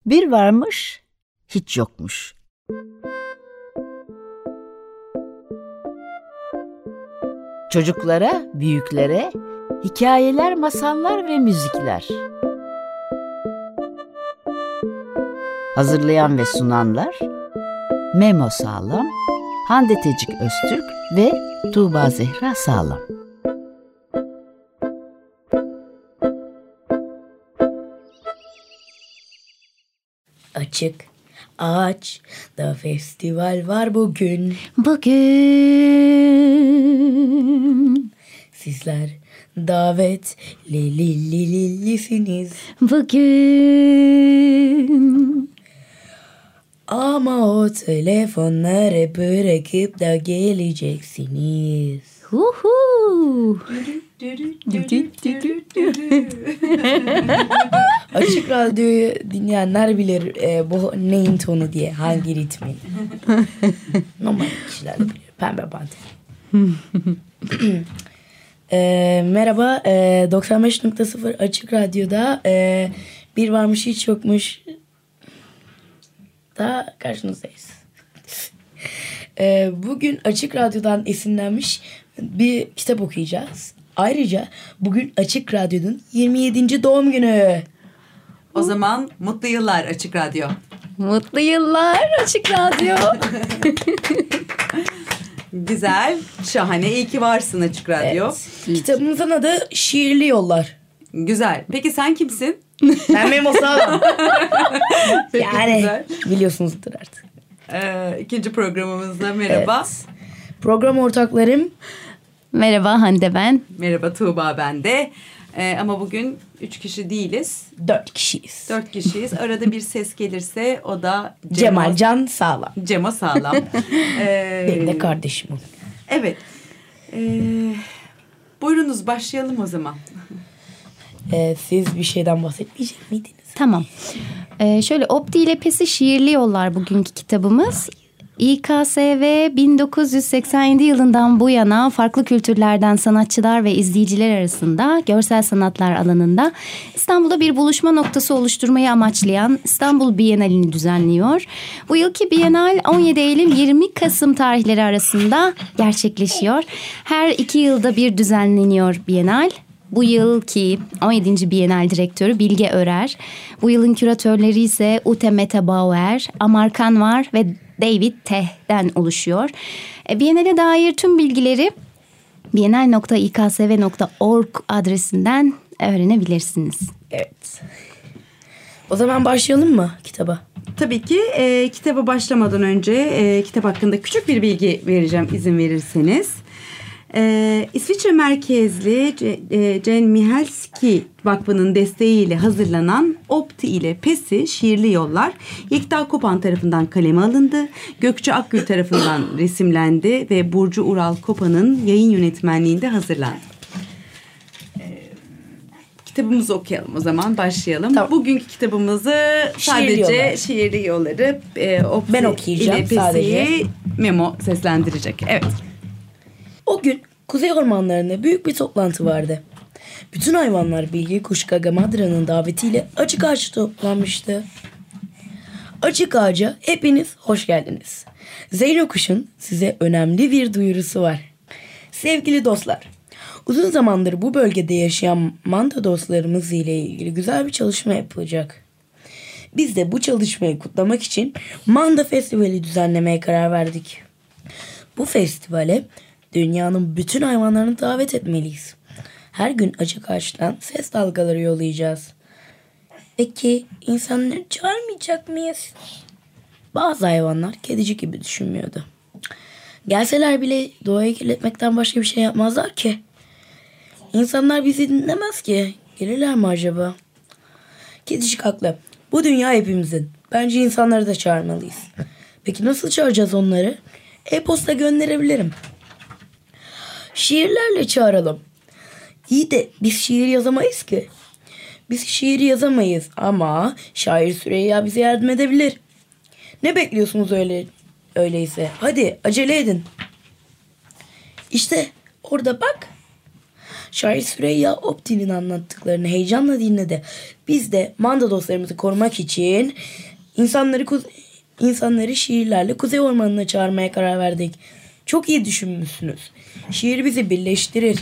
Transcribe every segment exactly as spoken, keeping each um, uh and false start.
Bir varmış, hiç yokmuş. Çocuklara, büyüklere hikayeler, masallar ve müzikler. Hazırlayan ve sunanlar Memo Sağlam, Hande Tecik Öztürk ve Tuğba Zehra Sağlam. Açık ağaç da festival var bugün. Bugün Sizler davetlilisiniz. Bugün Ama o telefonları bırakıp da geleceksiniz. Huhu. Açık radyoyu dinleyenler bilir e, bu neyin tonu diye, hangi ritmi. Normal kişiler de bilir. Pembe Panter. e, merhaba, e, doksan beş nokta sıfır Açık Radyo'da e, bir varmış hiç yokmuş da karşınızdayız. e, bugün Açık Radyo'dan esinlenmiş bir kitap okuyacağız. Ayrıca bugün Açık Radyo'nun yirmi yedinci doğum günü. O zaman mutlu yıllar Açık Radyo. Mutlu yıllar Açık Radyo. Güzel, şahane. İyi ki varsın Açık Radyo. Evet. Kitabımızın adı Şiirli Yollar. Güzel. Peki sen kimsin? Ben Memo Sağlam. Peki, yani güzel. biliyorsunuzdur artık. Ee, ikinci programımızda merhaba. Evet. Program ortaklarım. Merhaba Hande ben. Merhaba Tuğba ben de. Ee, ama bugün üç kişi değiliz. Dört kişiyiz. Dört kişiyiz. Arada bir ses gelirse o da Cemo, Cemal Can Sağlam. Cemo Sağlam. ee, Benim de kardeşim o. Evet. Ee, buyurunuz başlayalım o zaman. Ee, siz bir şeyden bahsetmeyecek miydiniz? Tamam. Ee, şöyle Opti ile Pesi Şiirli Yollar bugünkü kitabımız. İ K S V bin dokuz yüz seksen yedi yılından bu yana farklı kültürlerden sanatçılar ve izleyiciler arasında görsel sanatlar alanında İstanbul'da bir buluşma noktası oluşturmayı amaçlayan İstanbul Bienalini düzenliyor. Bu yılki Bienal on yedi Eylül yirmi Kasım tarihleri arasında gerçekleşiyor. Her iki yılda bir düzenleniyor Bienal. Bu yılki on yedinci Bienal Direktörü Bilge Örer. Bu yılın küratörleri ise Ute Mete Bauer, Amar Kanvar ve David Teh'den oluşuyor. E, Bienal'e dair tüm bilgileri bienal nokta i k s v nokta org adresinden öğrenebilirsiniz. Evet. O zaman başlayalım mı kitaba? Tabii ki e, kitaba başlamadan önce e, kitap hakkında küçük bir bilgi vereceğim izin verirseniz. Ee, İsviçre merkezli Jen Mihalski Vakfı'nın desteğiyle hazırlanan Opti ile Pesi Şiirli Yollar Yekta Kopan tarafından kaleme alındı. Gökçe Akgül tarafından resimlendi ve Burcu Ural Kopan'ın yayın yönetmenliğinde hazırlandı. Ee, kitabımızı okuyalım o zaman, başlayalım. Tamam. Bugünkü kitabımızı sadece Şiirli Yollar, Şiirli Yolları e, Opti ben okuyacağım ile Pesi'yi sadece. Memo seslendirecek. Evet. O gün kuzey ormanlarında büyük bir toplantı vardı. Bütün hayvanlar Bilge Kuş Gagamadra'nın davetiyle açık ağaçta toplanmıştı. Açık ağaca hepiniz hoş geldiniz. Zeyno Kuş'un size önemli bir duyurusu var. Sevgili dostlar, uzun zamandır bu bölgede yaşayan manda dostlarımız ile ilgili güzel bir çalışma yapılacak. Biz de bu çalışmayı kutlamak için Manda Festivali düzenlemeye karar verdik. Bu festivale dünyanın bütün hayvanlarını davet etmeliyiz. Her gün açık ağaçtan ses dalgaları yollayacağız. Peki insanları çağırmayacak mıyız? Bazı hayvanlar kedicik gibi düşünmüyordu. Gelseler bile doğayı kirletmekten başka bir şey yapmazlar ki. İnsanlar bizi dinlemez ki. Gelirler mi acaba? Kedicik haklı. Bu dünya hepimizin. Bence insanları da çağırmalıyız. Peki nasıl çağıracağız onları? E-posta gönderebilirim. Şiirlerle çağıralım. İyi de biz şiir yazamayız ki. Biz şiir yazamayız ama şair Süreyya bize yardım edebilir. Ne bekliyorsunuz öyle öyleyse? Hadi acele edin. İşte orada bak. Şair Süreyya Opti'nin anlattıklarını heyecanla dinledi. Biz de manda dostlarımızı korumak için insanları insanları şiirlerle Kuzey Ormanı'na çağırmaya karar verdik. Çok iyi düşünmüşsünüz. Şiir bizi birleştirir.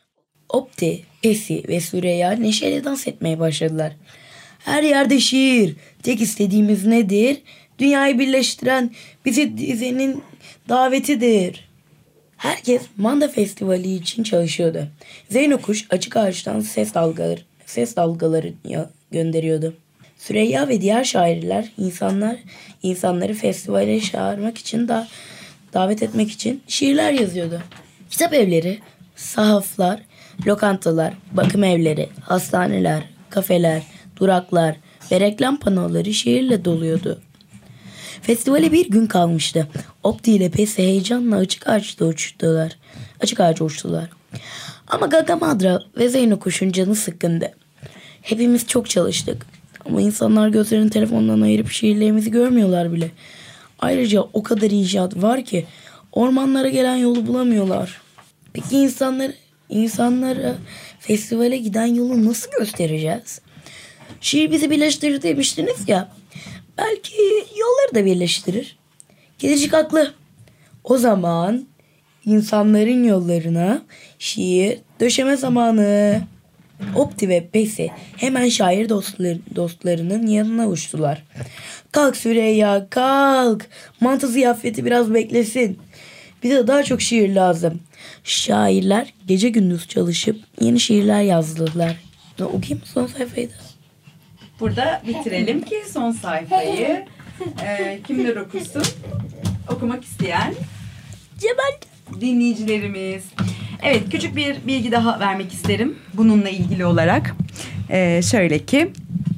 Opti, Pesi ve Süreyya neşeyle dans etmeye başladılar. Her yerde şiir. Tek istediğimiz nedir? Dünyayı birleştiren bizi dizenin davetidir. Herkes Manda Festivali için çalışıyordu. Zeyno Kuş açık ağaçtan ses dalgaları, ses dalgaları gönderiyordu. Süreyya ve diğer şairler insanlar insanları festivale çağırmak için da davet etmek için şiirler yazıyordu. Kitap evleri, sahaflar, lokantalar, bakım evleri, hastaneler, kafeler, duraklar ve reklam panoları şiirle doluyordu. Festivale bir gün kalmıştı. Opti ile Pesi heyecanla açık ağaçta uçtular. Açık ağaca uçtular. Ama Gagamadra ve Zeyno Kuş'un canı sıkkındı. Hepimiz çok çalıştık. Ama insanlar gözlerini telefondan ayırıp şiirlerimizi görmüyorlar bile. Ayrıca o kadar inşaat var ki ormanlara gelen yolu bulamıyorlar. Peki insanlar, insanlara festivale giden yolu nasıl göstereceğiz? Şiir bizi birleştirir demiştiniz ya. Belki yolları da birleştirir. Kedicik haklı. O zaman insanların yollarına şiir döşeme zamanı. Opti ve Pesi hemen şair dostları, dostlarının yanına uçtular. Kalk Süreyya kalk. Mantı ziyafeti biraz beklesin. Bize daha çok şiir lazım. Şairler gece gündüz çalışıp yeni şiirler yazdılar. Okuyayım mı son sayfayı da? Burada bitirelim ki son sayfayı e, kimler okusun? Okumak isteyen Cemal dinleyicilerimiz. Evet, küçük bir bilgi daha vermek isterim bununla ilgili olarak. E, şöyle ki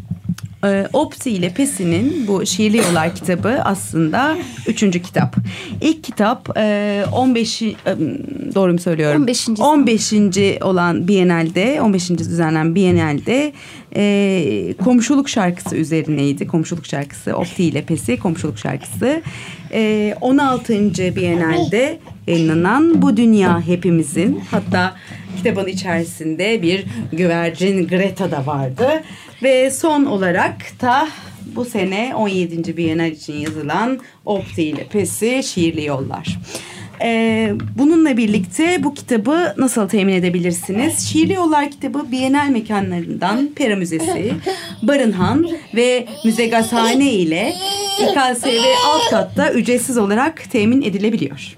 e, Opti ile Pesi'nin bu Şiirli Yollar kitabı aslında üçüncü kitap. İlk kitap e, on beş e, doğru mu söylüyorum? on beşinci on beşinci olan Bienal'de, on beşinci düzenlenen Bienal'de e, komşuluk şarkısı üzerineydi. Komşuluk şarkısı, Opti ile Pesi komşuluk şarkısı. E, on altıncı Bienal'de yayınlanan Bu Dünya Hepimizin, hatta kitabın içerisinde bir güvercin Greta da vardı. Ve son olarak da bu sene on yedinci Bienal için yazılan Opti ile Pesi Şiirli Yollar. Ee, bununla birlikte bu kitabı nasıl temin edebilirsiniz? Şiirli Yollar kitabı Bienal mekanlarından Pera Müzesi, Barınhan ve Müze Gazhane ile İ K S V alt katta ücretsiz olarak temin edilebiliyor.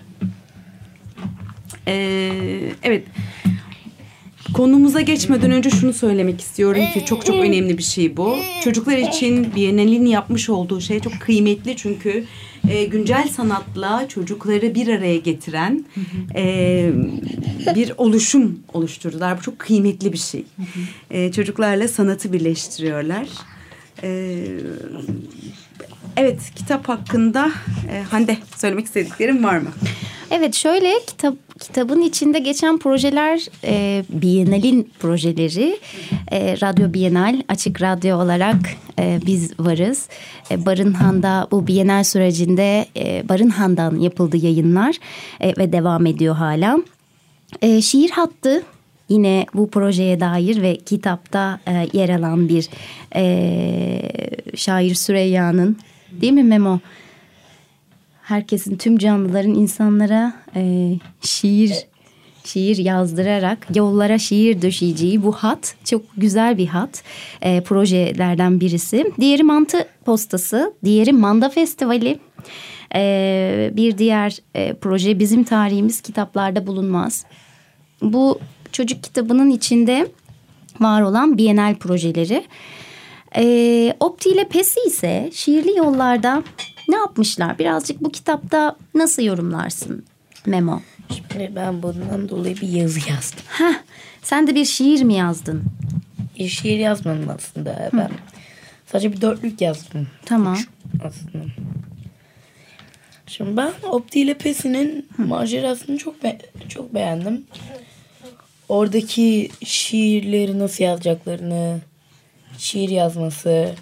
Ee, evet. Konumuza geçmeden önce şunu söylemek istiyorum ki çok çok önemli bir şey bu. Çocuklar için Bienal'in yapmış olduğu şey çok kıymetli, çünkü e, güncel sanatla çocukları bir araya getiren e, bir oluşum oluşturdular. Bu çok kıymetli bir şey. E, çocuklarla sanatı birleştiriyorlar. E, evet, kitap hakkında e, Hande, söylemek istediklerim var mı? Evet, şöyle kitap kitabın içinde geçen projeler e, Bienal'in projeleri. E, Radyo Bienal, Açık Radyo olarak e, biz varız. E, Barınhan'da bu Bienal sürecinde e, Barınhan'dan yapıldı yayınlar e, ve devam ediyor hala. E, şiir hattı yine bu projeye dair ve kitapta e, yer alan bir e, şair Süreyya'nın, değil mi Memo? Herkesin, tüm canlıların insanlara e, şiir şiir yazdırarak yollara şiir döşeyeceği bu hat çok güzel bir hat. E, projelerden birisi. Diğeri Mantı Postası, diğeri Manda Festivali. E, bir diğer e, proje Bizim Tarihimiz Kitaplarda Bulunmaz. Bu çocuk kitabının içinde var olan Bienal projeleri. E, Opti ile Pesi ise Şiirli Yollarda ne yapmışlar? Birazcık bu kitapta nasıl yorumlarsın Memo? Şimdi ben bundan dolayı bir yazı yazdım. Heh, sen de bir şiir mi yazdın? Bir şiir yazmadım aslında. Ben Hı. sadece bir dörtlük yazdım. Tamam. Üç aslında. Şimdi ben Opti ile Pesi'nin macerasını çok be- çok beğendim. Oradaki şiirleri nasıl yazacaklarını, şiir yazması.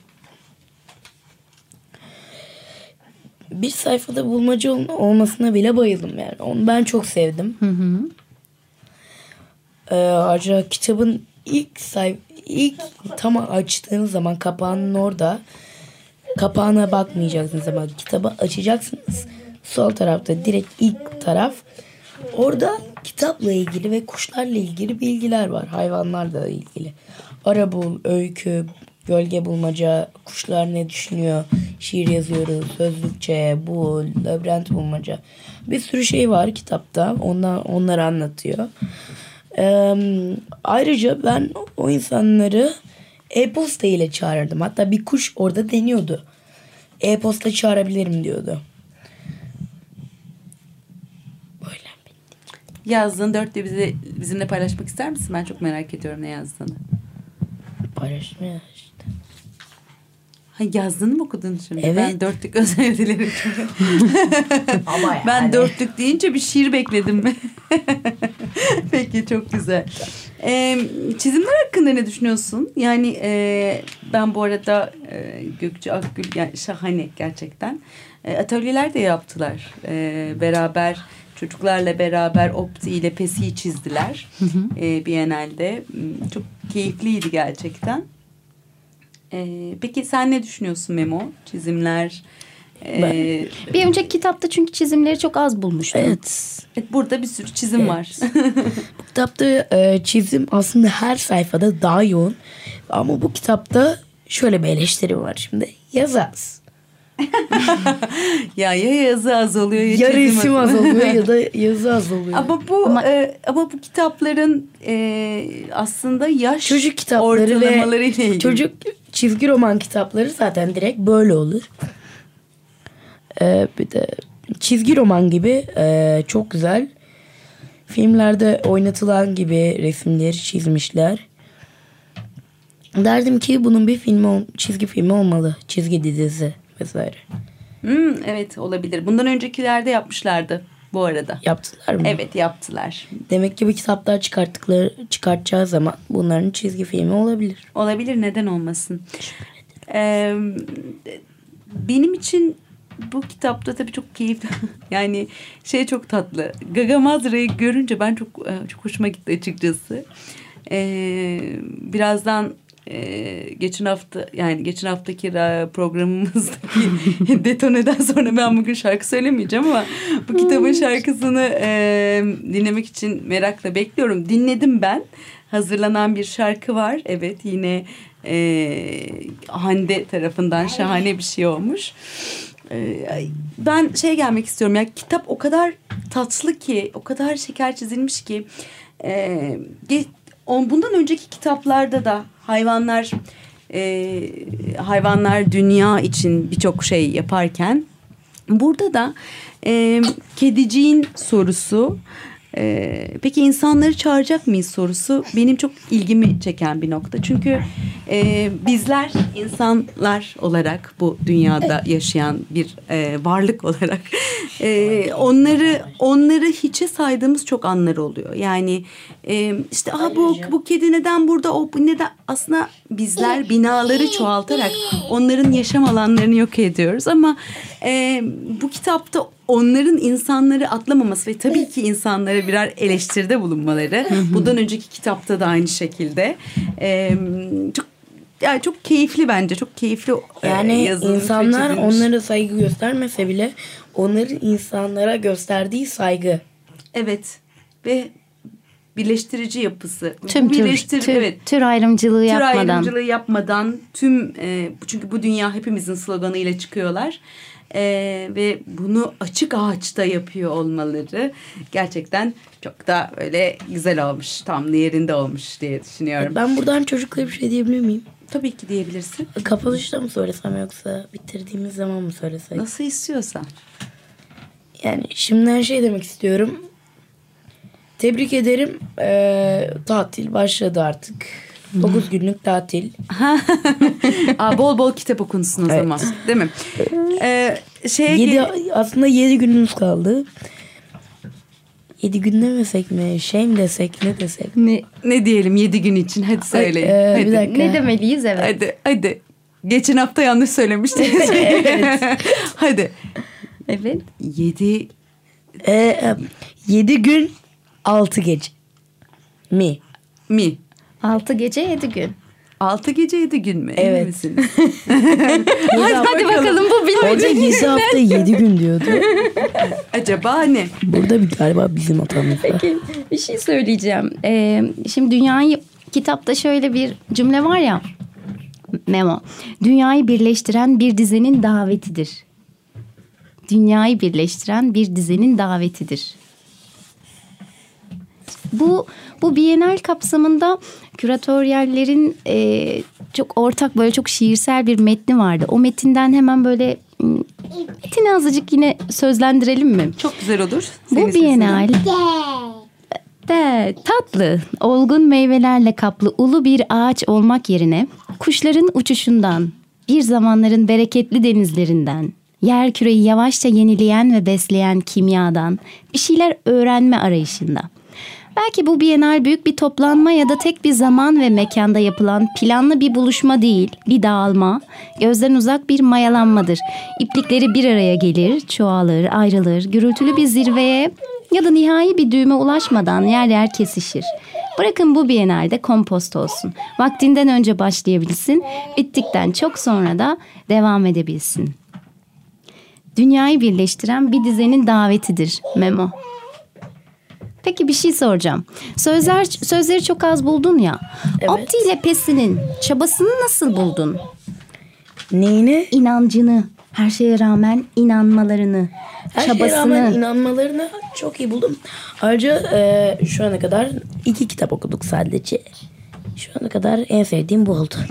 Bir sayfada bulmaca olmasına bile bayıldım yani. Onu ben çok sevdim. Hı hı. Ee, ayrıca kitabın ilk say ilk tam açtığınız zaman kapağının orada, kapağına bakmayacaksınız ama kitabı açacaksınız. Sol tarafta direkt ilk taraf. Orada kitapla ilgili ve kuşlarla ilgili bilgiler var. Hayvanlarla ilgili. Arabul, öykü, gölge bulmaca, kuşlar ne düşünüyor, şiir yazıyoruz, sözlükçe, bul, labirent bulmaca. Bir sürü şey var kitapta. Ondan, onları anlatıyor. Ee, ayrıca ben o insanları e-posta ile çağırırdım. Hatta bir kuş orada deniyordu. E-posta çağırabilirim diyordu. Böyle. Yazdığın dörtlüğü bize, bizimle paylaşmak ister misin? Ben çok merak ediyorum ne yazdığını. Paylaşmaya işte. Ha, yazdığını mı okudun şimdi? Evet. Ben dörtlük özel dilerim. Ama yani. Ben dörtlük deyince bir şiir bekledim. Peki, çok güzel. Ee, çizimler hakkında ne düşünüyorsun? Yani e, ben bu arada e, Gökçe Akgül, yani şahane gerçekten. E, atölyeler de yaptılar. E, beraber çocuklarla beraber Opti ile Pesi'yi çizdiler. Hı hı. E, Biennale'de. Çok keyifliydi gerçekten. Ee, peki sen ne düşünüyorsun Memo? Çizimler. E, bir önceki kitapta çünkü çizimleri çok az bulmuştum. Evet. evet burada bir sürü çizim evet. var. Bu kitapta e, çizim aslında her sayfada daha yoğun. Ama bu kitapta şöyle bir eleştiri var şimdi. Yazı az. ya ya yazı az oluyor ya, ya resim az oluyor ya da yazı az oluyor. Ama bu ama, e, ama bu kitapların e, aslında yaş çocuk kitapları ortalamaları ve ile ilgili. Çocuk çizgi roman kitapları zaten direkt böyle olur. Ee, bir de çizgi roman gibi e, çok güzel. Filmlerde oynatılan gibi resimleri çizmişler. Derdim ki bunun bir filmi, çizgi filmi olmalı. Çizgi dizisi vesaire. Hmm, evet olabilir. Bundan öncekilerde yapmışlardı bu arada. Yaptılar mı? Evet, yaptılar. Demek ki bu kitaplar çıkarttıkları çıkartacağı zaman bunların çizgi filmi olabilir. Olabilir, neden olmasın? Ee, benim için bu kitapta tabii çok keyifli. Yani şey çok tatlı. Gaga Madra'yı görünce ben çok çok hoşuma gitti açıkçası. Ee, birazdan Ee, geçen hafta yani geçen haftaki programımızdaki detoneden sonra ben bugün şarkı söylemeyeceğim ama bu kitabın şarkısını e, dinlemek için merakla bekliyorum. Dinledim ben. Hazırlanan bir şarkı var. Evet, yine e, Hande tarafından şahane bir şey olmuş. E, ben şey gelmek istiyorum. Ya kitap o kadar tatlı ki, o kadar şeker çizilmiş ki. E, bundan önceki kitaplarda da hayvanlar e, hayvanlar dünya için birçok şey yaparken burada da e, kediciğin sorusu, e, peki insanları çağıracak mıyız sorusu benim çok ilgimi çeken bir nokta. Çünkü e, bizler insanlar olarak bu dünyada yaşayan bir e, varlık olarak e, onları onları hiçe saydığımız çok anlar oluyor. Yani e, işte aha bu bu kedi neden burada, o neden, aslında bizler binaları çoğaltarak onların yaşam alanlarını yok ediyoruz ama e, bu kitapta onların insanları atlamaması ve tabii ki insanlara birer eleştiride bulunmaları. Bundan önceki kitapta da aynı şekilde. Ee, çok yani çok keyifli bence. Çok keyifli yani e, yazılmış, insanlar onlara saygı göstermese bile onların insanlara gösterdiği saygı. Evet. Ve birleştirici yapısı. Tüm bu tür, birleştir, tür, evet. tür ayrımcılığı tür yapmadan. Tür ayrımcılığı yapmadan tüm e, çünkü bu dünya hepimizin sloganıyla çıkıyorlar. Ee, ve bunu açık ağaçta yapıyor olmaları gerçekten çok da öyle güzel olmuş. Tam yerinde olmuş diye düşünüyorum. Ben buradan çocuklara bir şey diyebilir miyim? Tabii ki diyebilirsin. Kapanışta mı söylesem yoksa bitirdiğimiz zaman mı söylesek? Nasıl istiyorsan. Yani şimdiden şey demek istiyorum. Tebrik ederim. Ee, tatil başladı artık. dokuz günlük tatil. Aa, bol bol kitap okunsun o evet. zaman. Değil mi? Ee, şeye yedi, gel- aslında yedi günümüz kaldı. Yedi gün demesek mi? Şey mi desek, ne desek? Ne, ne diyelim yedi gün için? Hadi söyleyin. Ay, e, hadi. bir dakika. Ne demeliyiz, evet. Hadi, hadi. Geçen hafta yanlış söylemiştiniz. Evet. Hadi. Evet. Yedi... Ee, yedi gün, altı gece. Mi. Mi. Altı gece yedi gün. Altı gece yedi gün mü? Evet. Emin misiniz? Hadi, hadi bakalım bu Orada bilmece. yedi hafta yedi gün diyordu. Acaba ne? Burada bir galiba bizim hatamız var. Peki bir şey söyleyeceğim. Ee, şimdi dünyayı kitapta şöyle bir cümle var ya. Memo. Dünyayı birleştiren bir dizenin davetidir. Dünyayı birleştiren bir dizenin davetidir. Bu bu Bienal kapsamında küratöryellerin e, çok ortak böyle çok şiirsel bir metni vardı. O metinden hemen böyle m, metini azıcık yine sözlendirelim mi? Çok güzel olur. Bu Senin Bienal de tatlı, olgun meyvelerle kaplı ulu bir ağaç olmak yerine kuşların uçuşundan, bir zamanların bereketli denizlerinden, yer küreyi yavaşça yenileyen ve besleyen kimyadan bir şeyler öğrenme arayışında. Belki bu Bienal büyük bir toplanma ya da tek bir zaman ve mekanda yapılan planlı bir buluşma değil, bir dağılma, gözden uzak bir mayalanmadır. İplikleri bir araya gelir, çoğalır, ayrılır, gürültülü bir zirveye ya da nihai bir düğüme ulaşmadan yer yer kesişir. Bırakın bu Bienal'de kompost olsun. Vaktinden önce başlayabilsin, bittikten çok sonra da devam edebilsin. Dünyayı birleştiren bir dizenin davetidir Memo. Peki bir şey soracağım. Sözler sözleri çok az buldun ya. Evet. Opti ile Pesi'nin çabasını nasıl buldun? Neyine? İnancını, her şeye rağmen inanmalarını, Her çabasını. şeye rağmen inanmalarını çok iyi buldum. Ayrıca e, şu ana kadar iki kitap okuduk sadece. Şu ana kadar en sevdiğim bu oldu.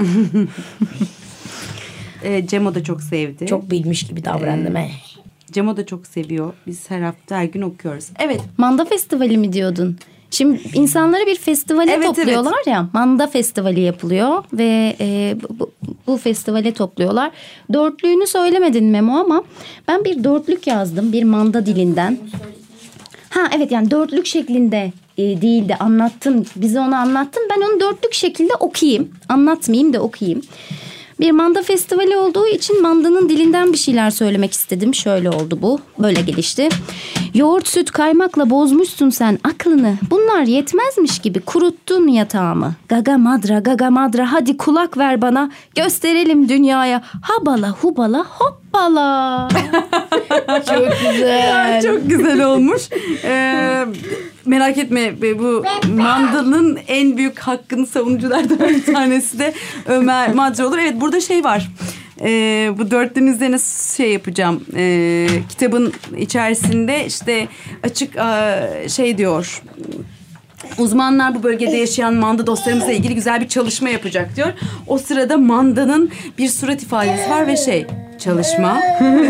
e, Cemo da çok sevdi. Çok bilmiş gibi davrandım. he. Cemo da çok seviyor. Biz her hafta her gün okuyoruz. Evet. Manda Festivali mi diyordun? Şimdi insanları bir festivale Evet, topluyorlar ya. Manda Festivali yapılıyor ve e, bu, bu festivale topluyorlar. Dörtlüğünü söylemedin Memo ama ben bir dörtlük yazdım bir manda dilinden. Ha evet yani dörtlük şeklinde e, değildi anlattın. Bize onu anlattın. Ben onu dörtlük şekilde okuyayım. Anlatmayayım da okuyayım. Bir manda festivali olduğu için mandanın dilinden bir şeyler söylemek istedim. Şöyle oldu bu. Böyle gelişti. Yoğurt, süt, kaymakla bozmuşsun sen aklını. Bunlar yetmezmiş gibi kuruttun yatağımı. Gaga madra, gaga madra hadi kulak ver bana. Gösterelim dünyaya. Habala hubala hoppala. Çok güzel. Çok güzel olmuş. Ee, merak etme bu mandalın en büyük hakkını savunuculardan bir tanesi de Ömer Madra olur. Evet burada şey var. Ee, bu dörtlünün üzerine şey yapacağım. Ee, kitabın içerisinde işte açık e, şey diyor. Uzmanlar bu bölgede yaşayan manda dostlarımızla ilgili güzel bir çalışma yapacak diyor. O sırada mandanın bir surat ifadesi var ve şey çalışma.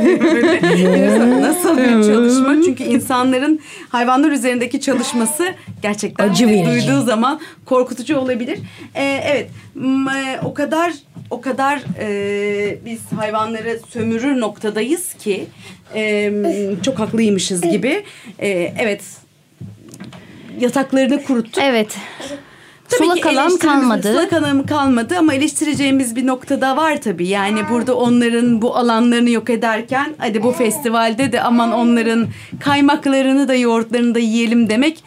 Böyle, nasıl bir çalışma? Çünkü insanların hayvanlar üzerindeki çalışması gerçekten acı verici. Duyduğu zaman korkutucu olabilir. Ee, evet m- o kadar o kadar e, biz hayvanları sömürür noktadayız ki e, çok haklıymışız gibi. E, evet. Yataklarını kuruttuk. Evet. Tabii Sulak ki alan eleştirimiz- kalmadı. Sulak alan kalmadı ama eleştireceğimiz bir noktada var tabii. Yani burada onların bu alanlarını yok ederken hadi bu festivalde de aman onların kaymaklarını da yoğurtlarını da yiyelim demek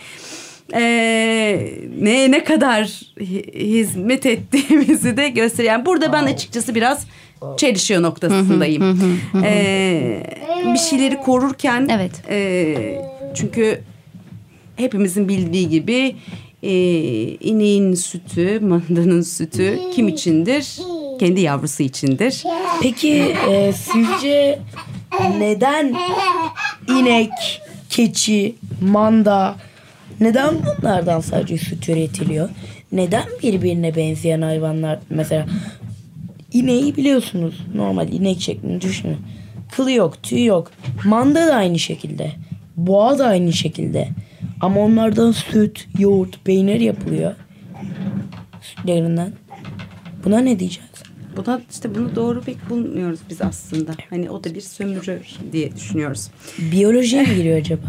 ee, ne ne kadar hizmet ettiğimizi de gösteriyor. Burada ben açıkçası biraz çelişiyor noktasındayım. ee, bir şeyleri korurken Evet. e, çünkü hepimizin bildiği gibi e, ineğin sütü, mandanın sütü kim içindir? Kendi yavrusu içindir. Peki e, sizce neden inek, keçi, manda neden bunlardan sadece süt üretiliyor? Neden birbirine benzeyen hayvanlar mesela ineği biliyorsunuz normal inek şeklinde düşünün. Kılı yok, tüy yok. Manda da aynı şekilde. Boğa da aynı şekilde. Ama onlardan süt, yoğurt, peynir yapılıyor. Sütlerinden. Buna ne diyeceğiz? Buna işte bunu doğru pek bulmuyoruz biz aslında. Hani o da bir sömürü diye düşünüyoruz. Biyolojiye mi giriyor acaba?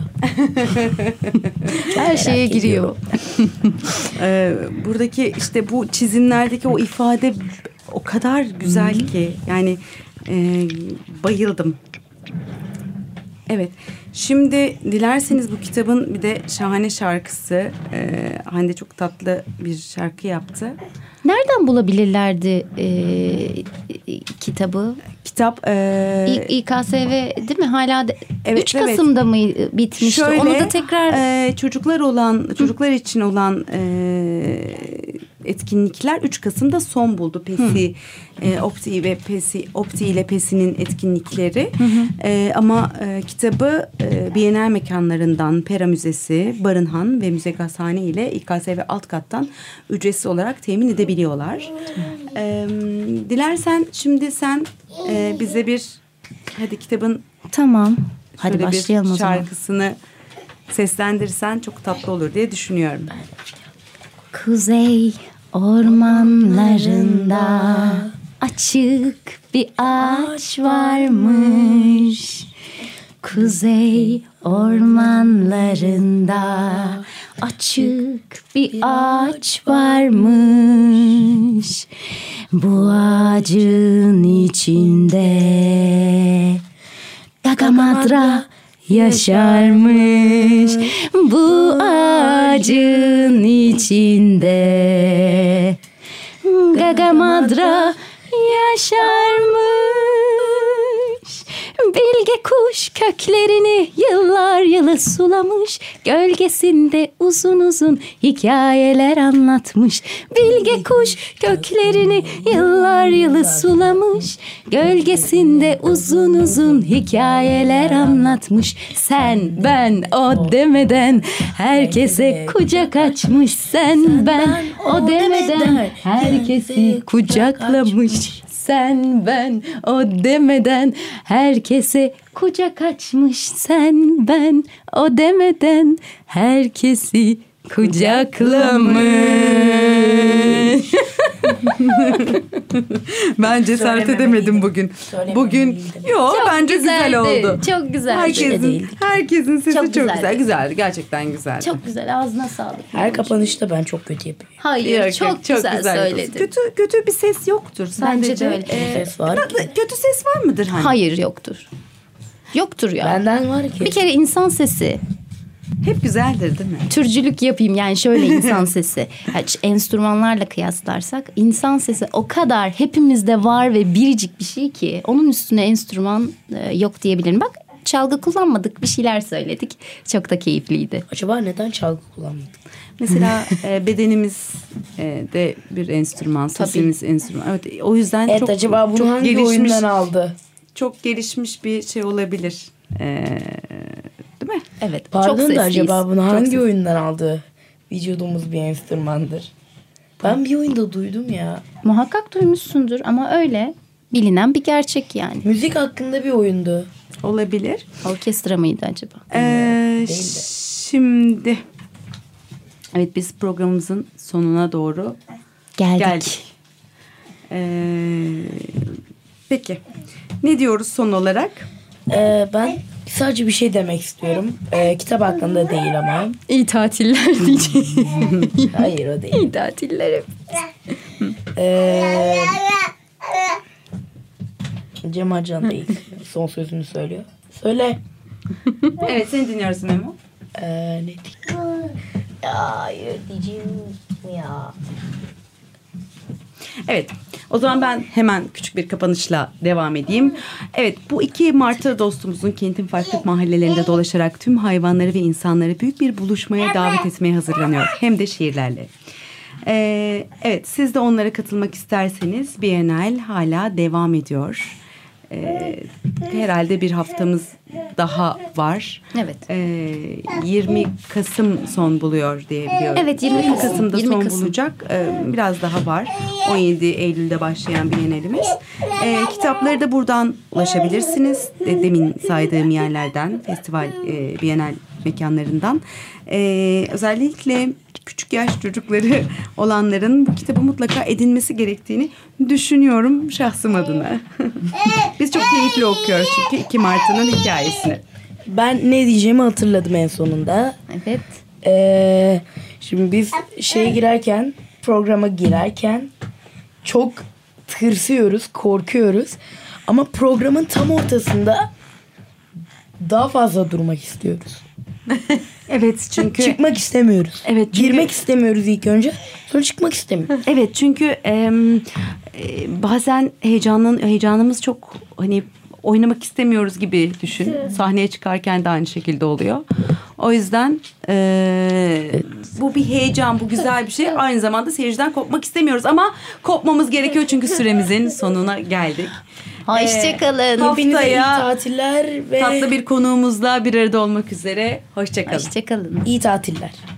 Her şeye giriyor. Ee, buradaki işte bu çizimlerdeki o ifade o kadar güzel ki yani e, bayıldım. Evet. Şimdi dilerseniz bu kitabın bir de şahane şarkısı. Ee, Hande çok tatlı bir şarkı yaptı. Nereden bulabilirlerdi e, kitabı? Kitap... E, İ, İKSV değil mi? Hala de, evet, üç Kasım'da evet. mı bitmişti? Şöyle, Onu da tekrar... E, çocuklar olan, çocuklar için olan e, etkinlikler üç Kasım'da son buldu. PESI, e, Opti ve PESI, Opti ile PESI'nin etkinlikleri. Hı hı. E, ama e, kitabı e, Bienal mekanlarından Pera Müzesi, Barınhan ve Müze Gazhane ile İKSV alt kattan ücretsiz olarak temin edebiliyorlar. E, dilersen şimdi sen e, bize bir hadi kitabın tamam. Hadi başlayalım o zaman. Şarkısını seslendirsen çok tatlı olur diye düşünüyorum. Kuzey ormanlarında açık bir ağaç varmış. Kuzey ormanlarında açık bir ağaç varmış. Bu ağacın içinde Gagamadra yaşarmış. Bu ağacın içinde Gagamadra yaşarmış. Bilge kuş köklerini yıllar yılı sulamış. Gölgesinde uzun uzun hikayeler anlatmış. Bilge kuş köklerini yıllar yılı sulamış. Gölgesinde uzun uzun hikayeler anlatmış. Sen, ben, o demeden herkese kucak açmış. Sen, ben, o demeden herkesi kucaklamış. Sen, ben, o demeden herkese kucak açmış. Sen, ben, o demeden herkesi kucaklamış. Ben cesaret edemedim bugün. Bugün yok bence güzeldi. Güzel oldu. Çok güzel. Herkesin, herkesin sesi çok, çok güzel. güzeldi. Güzeldi. Gerçekten güzeldi. Çok güzel. Ağzına sağlık. Her kapanışta ben çok kötü yapıyorum. Hayır, yok, çok, yok, çok güzel, güzel söyledin. Kötü kötü bir ses yoktur. Sadece Bence de öyle. E, Ses var ki. Kötü ses var mıdır hani? Hayır, yoktur. Yoktur ya. Benden var ki. Bir kere insan sesi. Hep güzeldir değil mi? Türcülük yapayım yani şöyle insan sesi. Yani enstrümanlarla kıyaslarsak insan sesi o kadar hepimizde var ve biricik bir şey ki onun üstüne enstrüman e, yok diyebilirim. Bak çalgı kullanmadık, bir şeyler söyledik. Çok da keyifliydi. Acaba neden çalgı kullanmadık? Mesela e, bedenimiz e, de bir enstrüman, sesimiz enstrüman. Evet, o yüzden Evet, çok acaba bunu çok hangi gelişmiş, oyundan aldı? Çok gelişmiş bir şey olabilir. E, değil mi? Evet. çok Pardon da sesliyiz. acaba bunu Çok hangi sesli. oyundan aldı? Vücudumuz bir enstrümandır. Ben bir oyunda duydum ya. Muhakkak duymuşsundur ama öyle bilinen bir gerçek yani. Müzik hakkında bir oyundu. Olabilir. Orkestra mıydı acaba? Ee, şimdi evet biz programımızın sonuna doğru Geldik. geldik. Ee, peki ne diyoruz son olarak? Ee, ben sadece bir şey demek istiyorum. Ee, kitap hakkında değil ama. İyi tatiller diyeceğim. Hayır o değil. İyi tatiller. Ee, Cem Acan değil. Son sözünü söylüyor. Söyle. Evet seni dinliyoruz Memo. Ee, ne diyeyim? Ya, hayır diyeceğim ya. Evet o zaman ben hemen küçük bir kapanışla devam edeyim. Evet bu iki martı dostumuzun kentin farklı mahallelerinde dolaşarak tüm hayvanları ve insanları büyük bir buluşmaya davet etmeye hazırlanıyor. Hem de şiirlerle. Ee, evet siz de onlara katılmak isterseniz Bienal hala devam ediyor. Ee, herhalde bir haftamız daha var. Evet. Ee, yirmi Kasım son buluyor diye biliyorum. Evet, yirmi Kasım. Kasım'da yirmi son Kasım. bulacak. Ee, biraz daha var. on yedi Eylül'de başlayan Bienalimiz. Ee, kitapları da buradan ulaşabilirsiniz. De, demin saydığım yerlerden, festival, e, Bienal mekanlarından. Ee, özellikle küçük yaş çocukları olanların bu kitabı mutlaka edinmesi gerektiğini düşünüyorum şahsım adına. Biz çok keyifli okuyoruz çünkü iki Martı'nın hikayesini. Ben ne diyeceğimi hatırladım en sonunda. Evet. Ee, şimdi biz şeye girerken, programa girerken çok tırsıyoruz, korkuyoruz. Ama programın tam ortasında daha fazla durmak istiyoruz. Evet çünkü Çıkmak istemiyoruz. Evet, çünkü- Girmek istemiyoruz ilk önce. Sonra çıkmak istemiyoruz. evet çünkü em, e, bazen heyecanın heyecanımız çok hani oynamak istemiyoruz gibi düşün. Sahneye çıkarken de aynı şekilde oluyor. O yüzden e, bu bir heyecan, bu güzel bir şey. Aynı zamanda seyirciden kopmak istemiyoruz ama kopmamız gerekiyor çünkü süremizin sonuna geldik. Hoşçakalın. Hepinize iyi Haftaya tatiller ve tatlı bir konuğumuzla bir arada olmak üzere. Hoşça kalın. Hoşçakalın. iyi tatiller.